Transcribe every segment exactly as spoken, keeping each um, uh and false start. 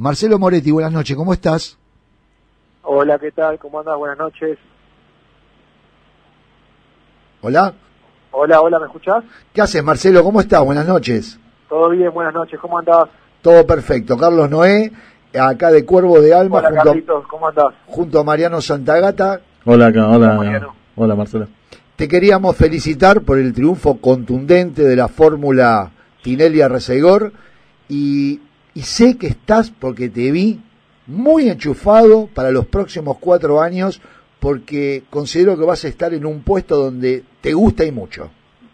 Marcelo Moretti, buenas noches, ¿cómo estás? Hola, ¿qué tal? ¿Cómo andas? Buenas noches. Hola. Hola, hola, ¿me escuchás? ¿Qué haces, Marcelo? ¿Cómo estás? Buenas noches. Todo bien, buenas noches, ¿cómo andás? Todo perfecto. Carlos Noé, acá de Cuervo de Alma, hola, junto, Carlitos, ¿cómo andás? junto a Mariano Santagata. Hola, hola, Hola, Mariano. Hola, Marcelo. Te queríamos felicitar por el triunfo contundente de la Fórmula Tinelli Arcegor y, y sé que estás, porque te vi, muy enchufado para los próximos cuatro años, porque considero que vas a estar en un puesto donde te gusta y mucho.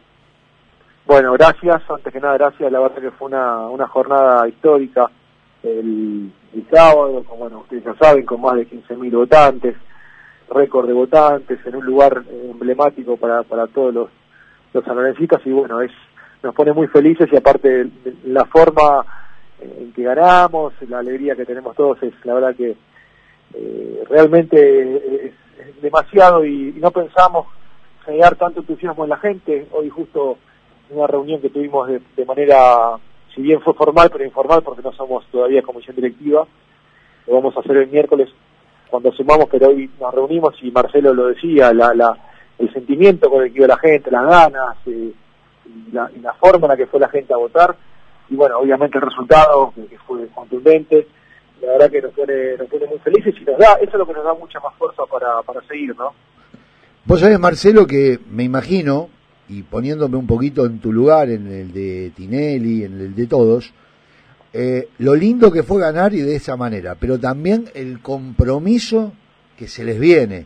Bueno, gracias, antes que nada gracias, la verdad que fue una, una jornada histórica el, el sábado, como bueno, ustedes ya saben, con más de quince mil votantes, récord de votantes, en un lugar emblemático para, para todos los, los sanlorencistas, y bueno, es nos pone muy felices, y aparte la forma en que ganamos, la alegría que tenemos todos, es la verdad que eh, realmente es, es demasiado, y, y no pensamos generar tanto entusiasmo en la gente. Hoy justo una reunión que tuvimos de, de manera, si bien fue formal, pero informal, porque no somos todavía comisión directiva, lo vamos a hacer el miércoles cuando sumamos, pero hoy nos reunimos y Marcelo lo decía, la, la, el sentimiento con el que iba la gente, las ganas, eh, y, la, y la forma en la que fue la gente a votar, y bueno, obviamente el resultado, que, que fue contundente, la verdad que nos pone, nos pone muy felices, y nos da, eso es lo que nos da mucha más fuerza para, para seguir, ¿no? Vos sabés, Marcelo, que me imagino, y poniéndome un poquito en tu lugar, en el de Tinelli, en el de todos, eh, lo lindo que fue ganar y de esa manera, pero también el compromiso que se les viene.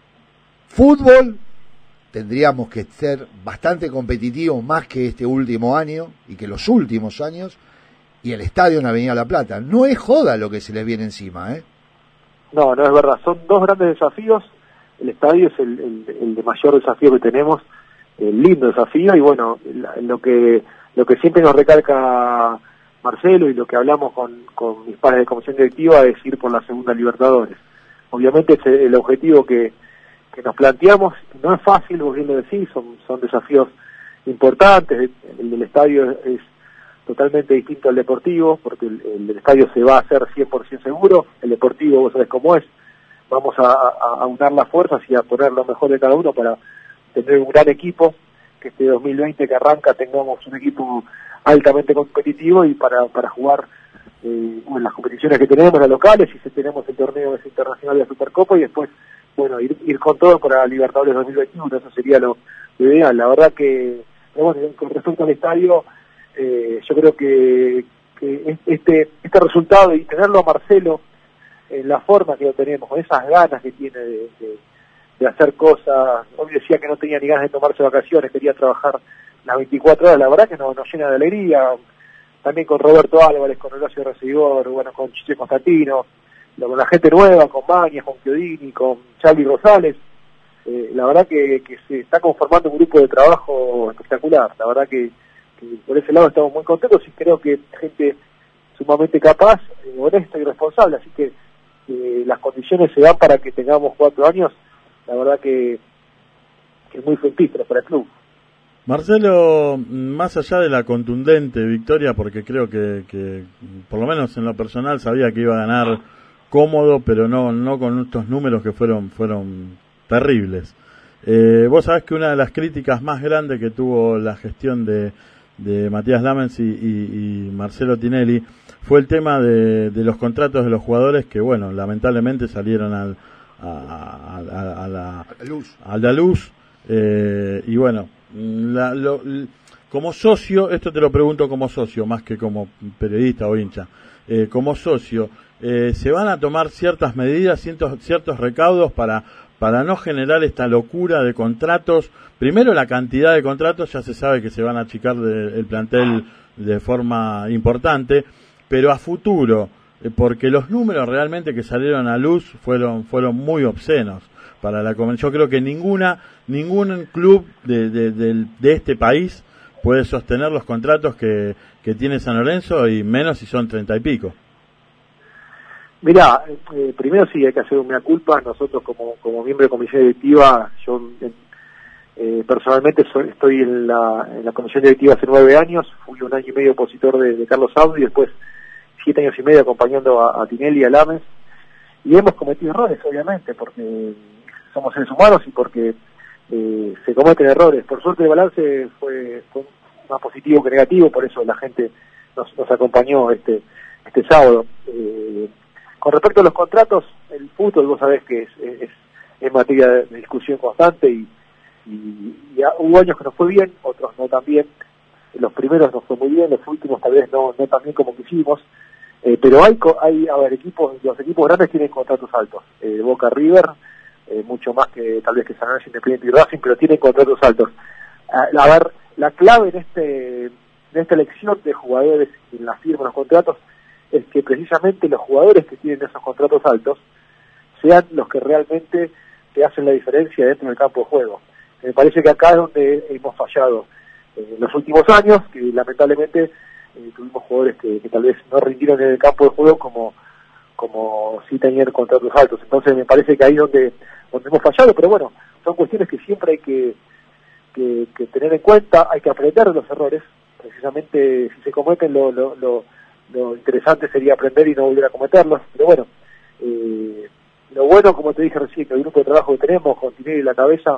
Fútbol, tendríamos que ser bastante competitivos más que este último año y que los últimos años, y el estadio en Avenida La Plata. No es joda lo que se les viene encima, ¿eh? No, no es verdad, son dos grandes desafíos. El estadio es el, el, el de mayor desafío que tenemos, el lindo desafío, y bueno, lo que lo que siempre nos recalca Marcelo y lo que hablamos con, con mis pares de comisión directiva es ir por la segunda Libertadores. Obviamente es el objetivo que, que nos planteamos, no es fácil, vos bien lo decís, son, son desafíos importantes. El del estadio es, es totalmente distinto al deportivo, porque el, el del estadio se va a hacer cien por ciento seguro, el deportivo vos sabés cómo es, vamos a, a, a unir las fuerzas y a poner lo mejor de cada uno para tener un gran equipo, que este dos mil veinte que arranca tengamos un equipo altamente competitivo, y para, para jugar eh, bueno, las competiciones que tenemos, las locales, y si tenemos el torneo ese internacional de la Supercopa, y después, bueno, ir, ir con todo para Libertadores dos mil veintiuno, eso sería lo, lo ideal. La verdad que, bueno, con respecto al estadio, eh, yo creo que, que este, este resultado, y tenerlo a Marcelo en la forma que lo tenemos, con esas ganas que tiene de, de, de hacer cosas. Hoy decía que no tenía ni ganas de tomarse vacaciones, quería trabajar las veinticuatro horas, la verdad que nos, nos llena de alegría. También con Roberto Álvarez, con Horacio Recibidor, bueno, con Chiche Constantino, con la gente nueva, con Bañas, con Chiodini, con Charlie Rosales. Eh, la verdad que, que se está conformando un grupo de trabajo espectacular. La verdad que, que por ese lado estamos muy contentos, y creo que gente sumamente capaz, eh, honesta y responsable, así que eh, las condiciones se dan para que tengamos cuatro años, la verdad que, que es muy fructífero para el club. Marcelo, más allá de la contundente victoria, porque creo que, que por lo menos en lo personal sabía que iba a ganar cómodo, pero no no con estos números que fueron fueron terribles. Eh, vos sabés que una de las críticas más grandes que tuvo la gestión de, de Matías Lamens y, y, y Marcelo Tinelli fue el tema de, de los contratos de los jugadores, que bueno, lamentablemente salieron al, a, a, a, a la, a la luz, a la luz eh, y bueno, la, lo, como socio, esto te lo pregunto como socio más que como periodista o hincha, eh, como socio, eh, ¿se van a tomar ciertas medidas, ciertos, ciertos recaudos para para no generar esta locura de contratos? Primero, la cantidad de contratos, ya se sabe que se van a achicar de, el plantel de forma importante, pero a futuro, eh, porque los números realmente que salieron a luz fueron fueron muy obscenos para la convención. Yo creo que ninguna ningún club de, de, de, de este país puede sostener los contratos que, que tiene San Lorenzo, y menos si son treinta y pico. Mirá, eh, primero sí hay que hacer una culpa. Nosotros como, como miembro de comisión directiva, yo eh, personalmente soy, estoy en la, en la comisión directiva hace nueve años, fui un año y medio opositor de, de Carlos Audi, y después siete años y medio acompañando a, a Tinelli y a Lames, y hemos cometido errores, obviamente, porque somos seres humanos y porque eh, se cometen errores. Por suerte el balance fue, fue más positivo que negativo, por eso la gente nos, nos acompañó este este sábado. Eh, con respecto a los contratos, el fútbol, vos sabés que es, es, es materia de discusión constante y, y, y hubo años que nos fue bien, otros no tan bien. Los primeros nos fue muy bien, los últimos tal vez no, no tan bien como quisimos. Eh, pero hay, hay, a ver, equipos, los equipos grandes tienen contratos altos. Eh, Boca, River, eh, mucho más que tal vez que San Lorenzo, Independiente y Racing, pero tienen contratos altos. A, a ver, la clave en este, en esta elección de jugadores en la firma de los contratos es que precisamente los jugadores que tienen esos contratos altos sean los que realmente te hacen la diferencia dentro del campo de juego. Me parece que acá es donde hemos fallado eh, en los últimos años, que lamentablemente Eh, tuvimos jugadores que, que tal vez no rindieron en el campo de juego como como sí tenían contratos altos. Entonces me parece que ahí donde donde hemos fallado, pero bueno, son cuestiones que siempre hay que, que, que tener en cuenta, hay que aprender de los errores. Precisamente si se cometen, lo, lo, lo, lo interesante sería aprender y no volver a cometerlos. Pero bueno, eh, lo bueno, como te dije recién, que el grupo de trabajo que tenemos con Tinelli en la cabeza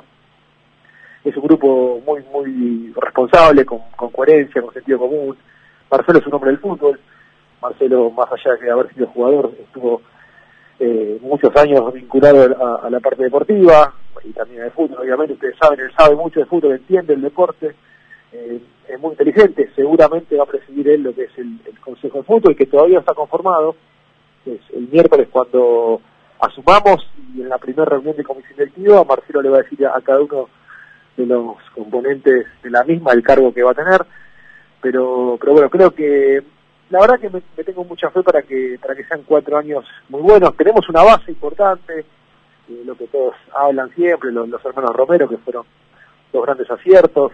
es un grupo muy muy responsable, con, con coherencia, con sentido común. Marcelo es un hombre del fútbol. Marcelo, más allá de haber sido jugador, estuvo eh, muchos años vinculado a, a la parte deportiva y también al fútbol. Obviamente, ustedes saben, él sabe mucho de fútbol, entiende el deporte, eh, es muy inteligente. Seguramente va a presidir él lo que es el, el Consejo de Fútbol, que todavía está conformado. Es el miércoles, cuando asumamos, y en la primera reunión de comisión directiva, Marcelo le va a decir a, a cada uno de los componentes de la misma el cargo que va a tener. Pero pero bueno, creo que la verdad que me, me tengo mucha fe para que para que sean cuatro años muy buenos. Tenemos una base importante, eh, lo que todos hablan siempre, los, los hermanos Romero, que fueron dos grandes aciertos,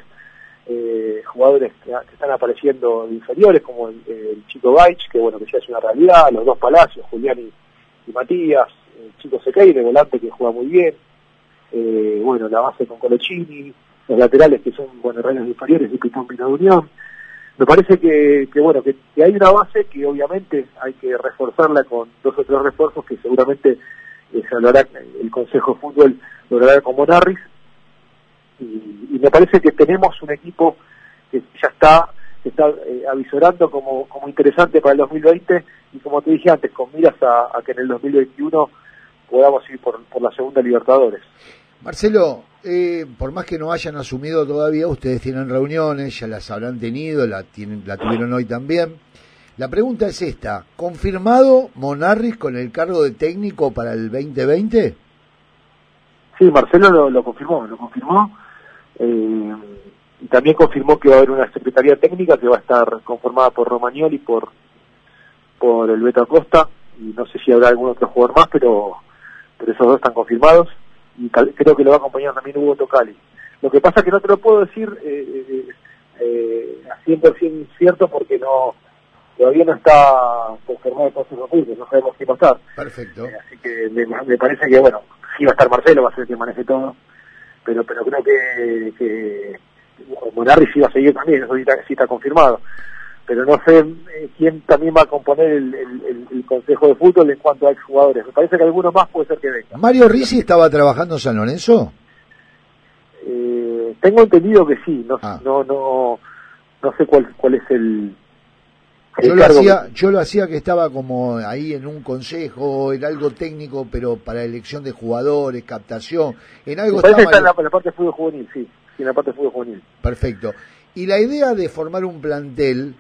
eh, jugadores que, que están apareciendo inferiores, como el, el chico Baich, que bueno, que ya es una realidad, los dos Palacios, Julián y, y Matías, el chico Sequeira, volante que juega muy bien, eh, bueno, la base con Colochini, los laterales que son, bueno, reinos inferiores y Pitón Pino de Unión. Me parece que, que bueno, que, que hay una base que obviamente hay que reforzarla con dos o tres refuerzos que seguramente eh, se hablará, el Consejo de Fútbol lo hablará con Monarris, y, y me parece que tenemos un equipo que ya está, que está eh, avisorando como, como interesante para el dos mil veinte, y como te dije antes, con miras a, a que en el dos mil veintiuno podamos ir por, por la segunda Libertadores. Marcelo, eh, por más que no hayan asumido todavía, ustedes tienen reuniones, ya las habrán tenido, la, tienen, la tuvieron hoy también. La pregunta es esta: ¿confirmado Monarris con el cargo de técnico para el veinte veinte? Sí, Marcelo lo, lo confirmó, lo confirmó. Eh, y también confirmó que va a haber una secretaría técnica que va a estar conformada por Romagnoli y por, por el Beto Acosta, y no sé si habrá algún otro jugador más, pero, pero esos dos están confirmados. Y creo que lo va a acompañar también Hugo Tocali. Lo que pasa es que no te lo puedo decir eh, eh, eh, a cien por ciento cierto, porque no todavía no está confirmado el Consejo de Fútbol, no sabemos qué va a estar. Perfecto. Eh, así que me, me parece que, bueno, sí va a estar Marcelo, va a ser el que maneje todo, pero pero creo que, que Monarri sí va a seguir también, eso sí está, sí está confirmado. Pero no sé eh, quién también va a componer el, el, el Consejo de Fútbol en cuanto a jugadores. Me parece que alguno más puede ser que venga. ¿Mario Ricci estaba trabajando en San Lorenzo? Eh, tengo entendido que sí, no ah. no no no sé cuál cuál es el, el yo lo hacía que... yo lo hacía que estaba como ahí en un consejo, en algo técnico, pero para elección de jugadores, captación, en algo. Me parece que está en la, en la parte de fútbol juvenil, sí, sí, en la parte de fútbol juvenil. Perfecto. Y la idea de formar un plantel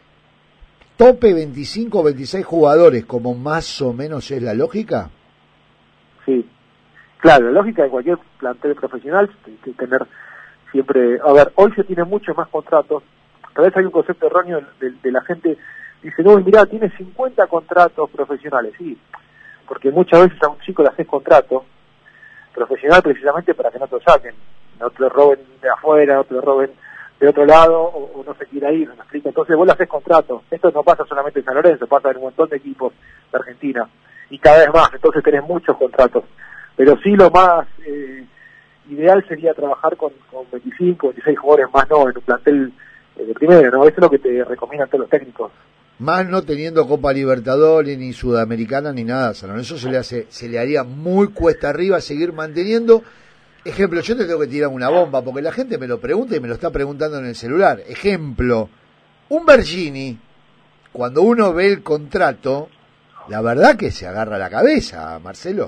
tope veinticinco o veintiséis jugadores, como más o menos es la lógica. Sí, claro, la lógica de cualquier plantel profesional tiene que tener siempre. A ver, hoy se tienen muchos más contratos. Tal vez hay un concepto erróneo de, de, de la gente. Dice, no, mirá, tiene cincuenta contratos profesionales. Sí, porque muchas veces a un chico le haces contrato profesional precisamente para que no te lo saquen, no te lo roben de afuera, no te lo roben de otro lado, o, o no se quiera ir, ¿me explico? Entonces vos le haces contrato. Esto no pasa solamente en San Lorenzo, pasa en un montón de equipos de Argentina, y cada vez más, entonces tenés muchos contratos. Pero sí, lo más eh, ideal sería trabajar con, con veinticinco, veintiséis jugadores más, no, en un plantel eh, de primera, ¿no? Eso es lo que te recomiendan todos los técnicos. más no teniendo Copa Libertadores, ni Sudamericana, ni nada. San Lorenzo se le hace, se le haría muy cuesta arriba seguir manteniendo. Ejemplo, yo te tengo que tirar una bomba, porque la gente me lo pregunta y me lo está preguntando en el celular. Ejemplo, un Bergini, cuando uno ve el contrato, la verdad que se agarra la cabeza, Marcelo.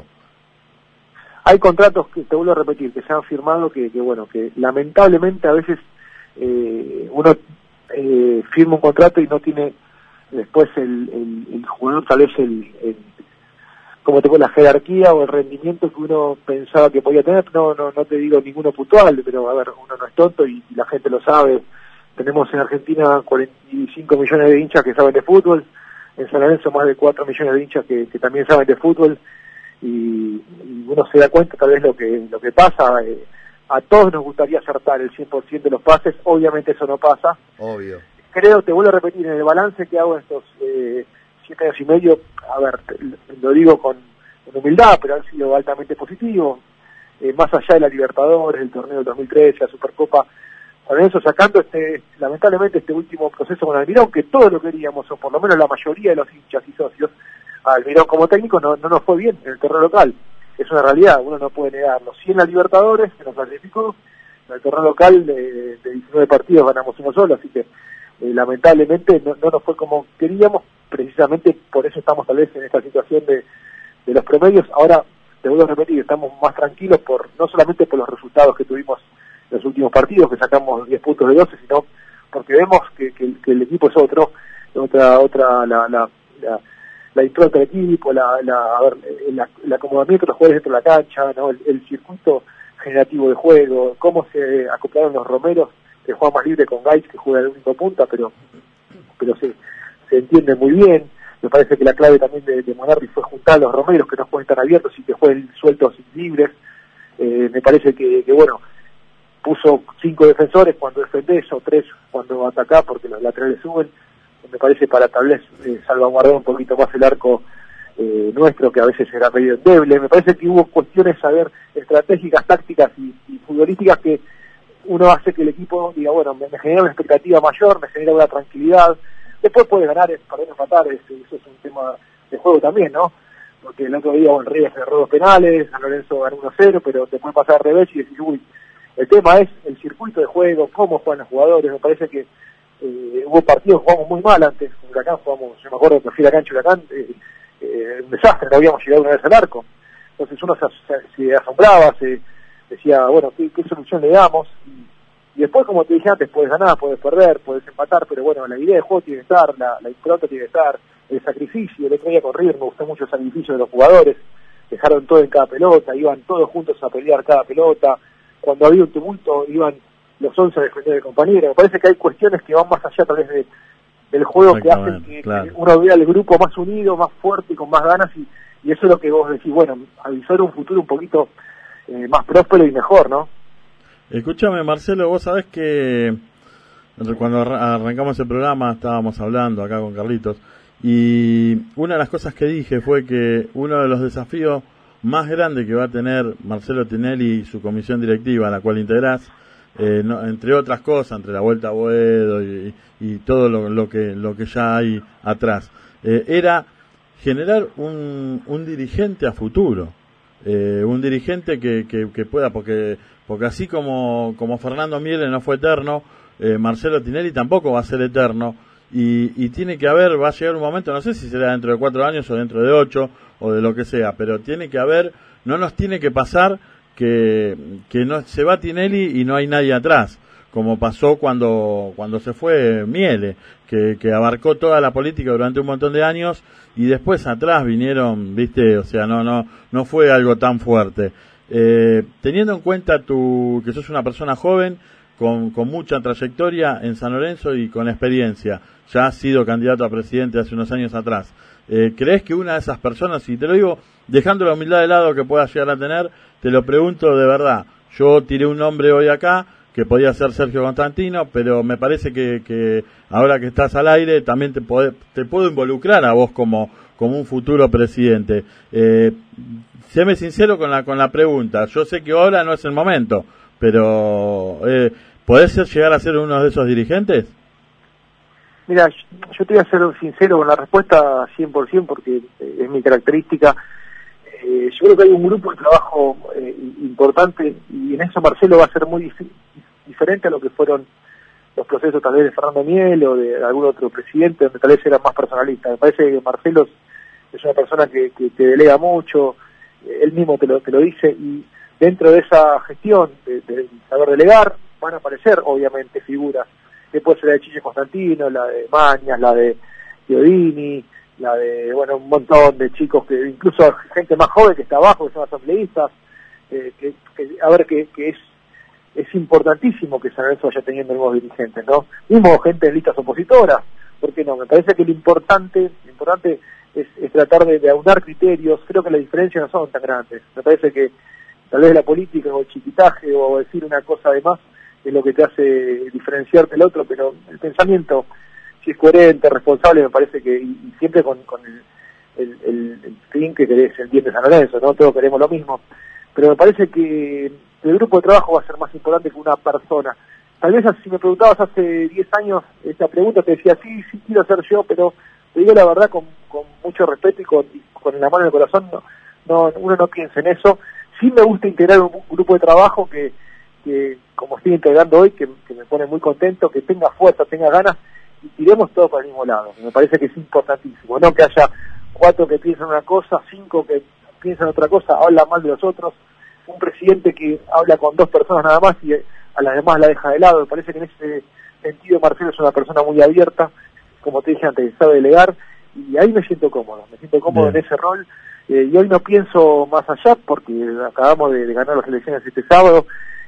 Hay contratos que, te vuelvo a repetir, que se han firmado que, que bueno, que lamentablemente a veces eh, uno eh, firma un contrato y no tiene después el, el, el jugador tal vez el, el como te digo, la jerarquía o el rendimiento que uno pensaba que podía tener. No, no, no te digo ninguno puntual, pero a ver, uno no es tonto y, y la gente lo sabe. Tenemos en Argentina cuarenta y cinco millones de hinchas que saben de fútbol, en San Lorenzo más de cuatro millones de hinchas que, que también saben de fútbol. Y, y uno se da cuenta tal vez lo que lo que pasa. Eh, a todos nos gustaría acertar el cien por ciento de los pases, obviamente eso no pasa. Obvio. Creo, te vuelvo a repetir, en el balance que hago estos eh, siete años y medio, a ver, lo digo con, con humildad, pero han sido altamente positivos, eh, más allá de la Libertadores, el torneo del dos mil trece, la Supercopa, con eso sacando este, lamentablemente este último proceso con Almirón, que todos lo queríamos, o por lo menos la mayoría de los hinchas y socios, Almirón como técnico no, no nos fue bien en el terreno local. Es una realidad, uno no puede negarlo. Sí en la Libertadores, que nos clasificó, en el terreno local de, de diecinueve partidos ganamos uno solo, así que eh, lamentablemente no, no nos fue como queríamos, precisamente por eso estamos tal vez en esta situación de, de los promedios. Ahora, te vuelvo a repetir, estamos más tranquilos por no solamente por los resultados que tuvimos en los últimos partidos, que sacamos diez puntos de doce, sino porque vemos que, que, que el equipo es otro, otra, otra, la, la, la la impronta del equipo, la, la, a ver, el, el acomodamiento de los jugadores dentro de la cancha, ¿no? el, el circuito generativo de juego, cómo se acoplaron los romeros, que juegan más libre con Gaitz, que juega de único punta, pero pero se, se entiende muy bien. Me parece que la clave también de, de Monarri fue juntar a los romeros, que no pueden estar abiertos y que jueguen sueltos y libres. Eh, me parece que, que, bueno, puso cinco defensores cuando defendés, o tres cuando atacás, porque los laterales suben. Me parece para tal vez eh, salvaguardar un poquito más el arco eh, nuestro, que a veces era medio endeble. Me parece que hubo cuestiones, a ver, estratégicas, tácticas y, y futbolísticas que uno hace que el equipo diga, bueno, me, me genera una expectativa mayor, me genera una tranquilidad. Después puede ganar, perder, empatar, eso, eso es un tema de juego también, ¿no? Porque el otro día, bueno, Reyes cerró dos penales, San Lorenzo ganó uno cero, pero te puede pasar al revés y decir, uy, el tema es el circuito de juego, cómo juegan los jugadores. Me parece que Eh, hubo partidos que jugamos muy mal antes, con Huracán jugamos, yo me acuerdo que fui a la cancha de Huracán, eh, eh, un desastre, no habíamos llegado una vez al arco. Entonces uno se, se, se asombraba, se decía, bueno, ¿qué, qué solución le damos? Y, y después, como te dije antes, puedes ganar, puedes perder, puedes empatar, pero bueno, la idea de juego tiene que estar, la, la impronta tiene que estar, el sacrificio. El otro día con River me gustó mucho el sacrificio de los jugadores, dejaron todo en cada pelota, iban todos juntos a pelear cada pelota, cuando había un tumulto iban los once a defender al compañero. Me parece que hay cuestiones que van más allá a través de, del juego, que hacen que, claro, que uno vea al grupo más unido, más fuerte y con más ganas, y, y eso es lo que vos decís, bueno, avisar un futuro un poquito eh, más próspero y mejor, ¿no? Escúchame, Marcelo, vos sabés que cuando arrancamos el programa estábamos hablando acá con Carlitos, y una de las cosas que dije fue que uno de los desafíos más grandes que va a tener Marcelo Tinelli y su comisión directiva, a la cual integrás, Eh, no, entre otras cosas, entre la vuelta a Boedo y, y todo lo, lo que lo que ya hay atrás, eh, era generar un, un dirigente a futuro, eh, un dirigente que, que, que pueda, porque porque así como como Fernando Miele no fue eterno, eh, Marcelo Tinelli tampoco va a ser eterno, y, y tiene que haber, va a llegar un momento, no sé si será dentro de cuatro años o dentro de ocho o de lo que sea, pero tiene que haber, no nos tiene que pasar que que no se va Tinelli y no hay nadie atrás, como pasó cuando cuando se fue Miele, que, que abarcó toda la política durante un montón de años y después atrás vinieron, viste, o sea, no no no fue algo tan fuerte. Eh, teniendo en cuenta tu que sos una persona joven con con mucha trayectoria en San Lorenzo y con experiencia, ya has sido candidato a presidente hace unos años atrás. Eh, ¿Crees que una de esas personas, y te lo digo dejando la humildad de lado que pueda llegar a tener, te lo pregunto de verdad, yo tiré un nombre hoy acá, que podía ser Sergio Constantino, pero me parece que, que ahora que estás al aire, también te, podé, te puedo involucrar a vos como, como un futuro presidente. Eh, séme sincero con la, con la pregunta, yo sé que ahora no es el momento, pero eh, ¿podés ser, llegar a ser uno de esos dirigentes? Mira, yo te voy a ser sincero con la respuesta cien por ciento porque es mi característica. Eh, yo creo que hay un grupo de trabajo eh, importante y en eso Marcelo va a ser muy dif diferente a lo que fueron los procesos tal vez de Fernando Miel o de algún otro presidente, donde tal vez eran más personalistas. Me parece que Marcelo es una persona que, que te delega mucho, él mismo te lo, te lo dice, y dentro de esa gestión de, de saber delegar van a aparecer obviamente figuras, que puede ser la de Chiche Constantino, la de Mañas, la de Chiodini, la de, bueno, un montón de chicos, que incluso gente más joven que está abajo, que son asambleístas, eh, que, que, a ver, que, que es es importantísimo que San Lorenzo vaya teniendo nuevos dirigentes, ¿no? Mismo gente en listas opositoras, ¿por qué no? Me parece que lo importante, lo importante es, es tratar de, de aunar criterios. Creo que las diferencias no son tan grandes. Me parece que tal vez la política o el chiquitaje o decir una cosa de más es lo que te hace diferenciarte del otro, pero el pensamiento, si es coherente, responsable, me parece que, y, y siempre con, con el, el, el, el fin que querés, entiende San Lorenzo, ¿no? Todos queremos lo mismo. Pero me parece que el grupo de trabajo va a ser más importante que una persona. Tal vez si me preguntabas hace diez años esta pregunta, te decía, sí, sí quiero ser yo, pero te digo la verdad con, con mucho respeto y con, y con la mano en el corazón, no, no, uno no piensa en eso. Sí me gusta integrar un, un grupo de trabajo que, que, como estoy integrando hoy, que, que me pone muy contento, que tenga fuerza, tenga ganas, y tiremos todos para el mismo lado. Me parece que es importantísimo, no que haya cuatro que piensan una cosa, cinco que piensan otra cosa, hablan mal de los otros, un presidente que habla con dos personas nada más y a las demás la deja de lado. Me parece que en ese sentido Marcelo es una persona muy abierta, como te dije antes, sabe delegar, y ahí me siento cómodo, me siento cómodo Bien. en ese rol, eh, y hoy no pienso más allá porque acabamos de, de ganar las elecciones este sábado,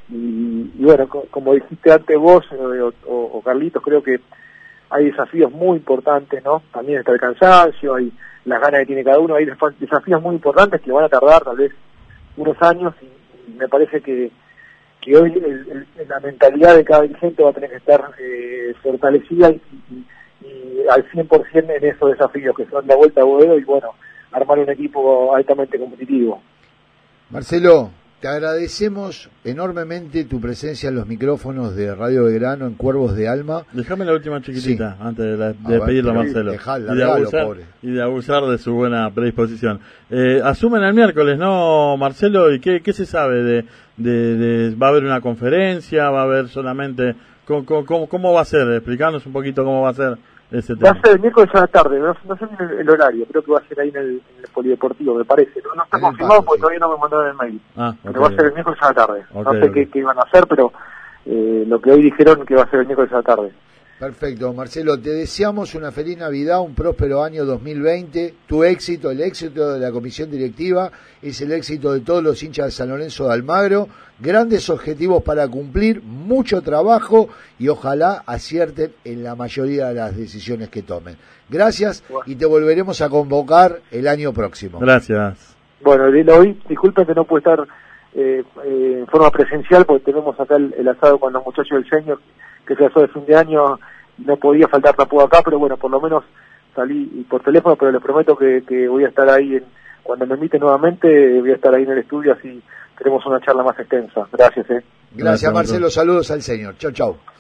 y, y bueno, co como dijiste antes vos eh, o, o, o Carlitos, creo que hay desafíos muy importantes, ¿no? También está el cansancio, hay las ganas que tiene cada uno, hay desafíos muy importantes que van a tardar tal vez unos años, y, y me parece que, que hoy el, el, la mentalidad de cada dirigente va a tener que estar eh, fortalecida y, y, y al cien por ciento en esos desafíos que son la vuelta a Boedo y bueno, armar un equipo altamente competitivo. Marcelo, te agradecemos enormemente tu presencia en los micrófonos de Radio Belgrano en Cuervos de Alma. Déjame la última chiquitita, sí. antes de, la, de ver, pedirle a Marcelo. Dejá, y, de abusar, pobre. y de abusar de su buena predisposición. Eh, asumen el miércoles, ¿no, Marcelo? ¿Y qué, qué se sabe? de, de, de ¿Va a haber una conferencia? ¿Va a haber solamente...? ¿Cómo, cómo, cómo va a ser? Explicanos un poquito cómo va a ser ese tema. Va a ser el miércoles a la tarde, no, no sé bien el, el horario, creo que va a ser ahí en el, en el polideportivo, me parece. No, no está confirmado porque sí. todavía no me mandaron el mail. Ah, okay, pero va a ser el miércoles a la tarde. Okay, no sé okay. qué, qué iban a hacer, pero eh, lo que hoy dijeron que va a ser el miércoles a la tarde. Perfecto, Marcelo, te deseamos una feliz Navidad, un próspero año dos mil veinte. Tu éxito, el éxito de la comisión directiva, es el éxito de todos los hinchas de San Lorenzo de Almagro. Grandes objetivos para cumplir, mucho trabajo y ojalá acierten en la mayoría de las decisiones que tomen. Gracias y te volveremos a convocar el año próximo. Gracias. Bueno, hoy, disculpen que no puedo estar eh, eh, en forma presencial porque tenemos acá el, el asado con los muchachos del señor, que se asó de fin de año, no podía faltar tampoco acá, pero bueno, por lo menos salí por teléfono, pero les prometo que, que voy a estar ahí, en, cuando me inviten nuevamente, voy a estar ahí en el estudio, así tenemos una charla más extensa. Gracias, eh. Gracias, Marcelo, saludos al señor. Chau, chau.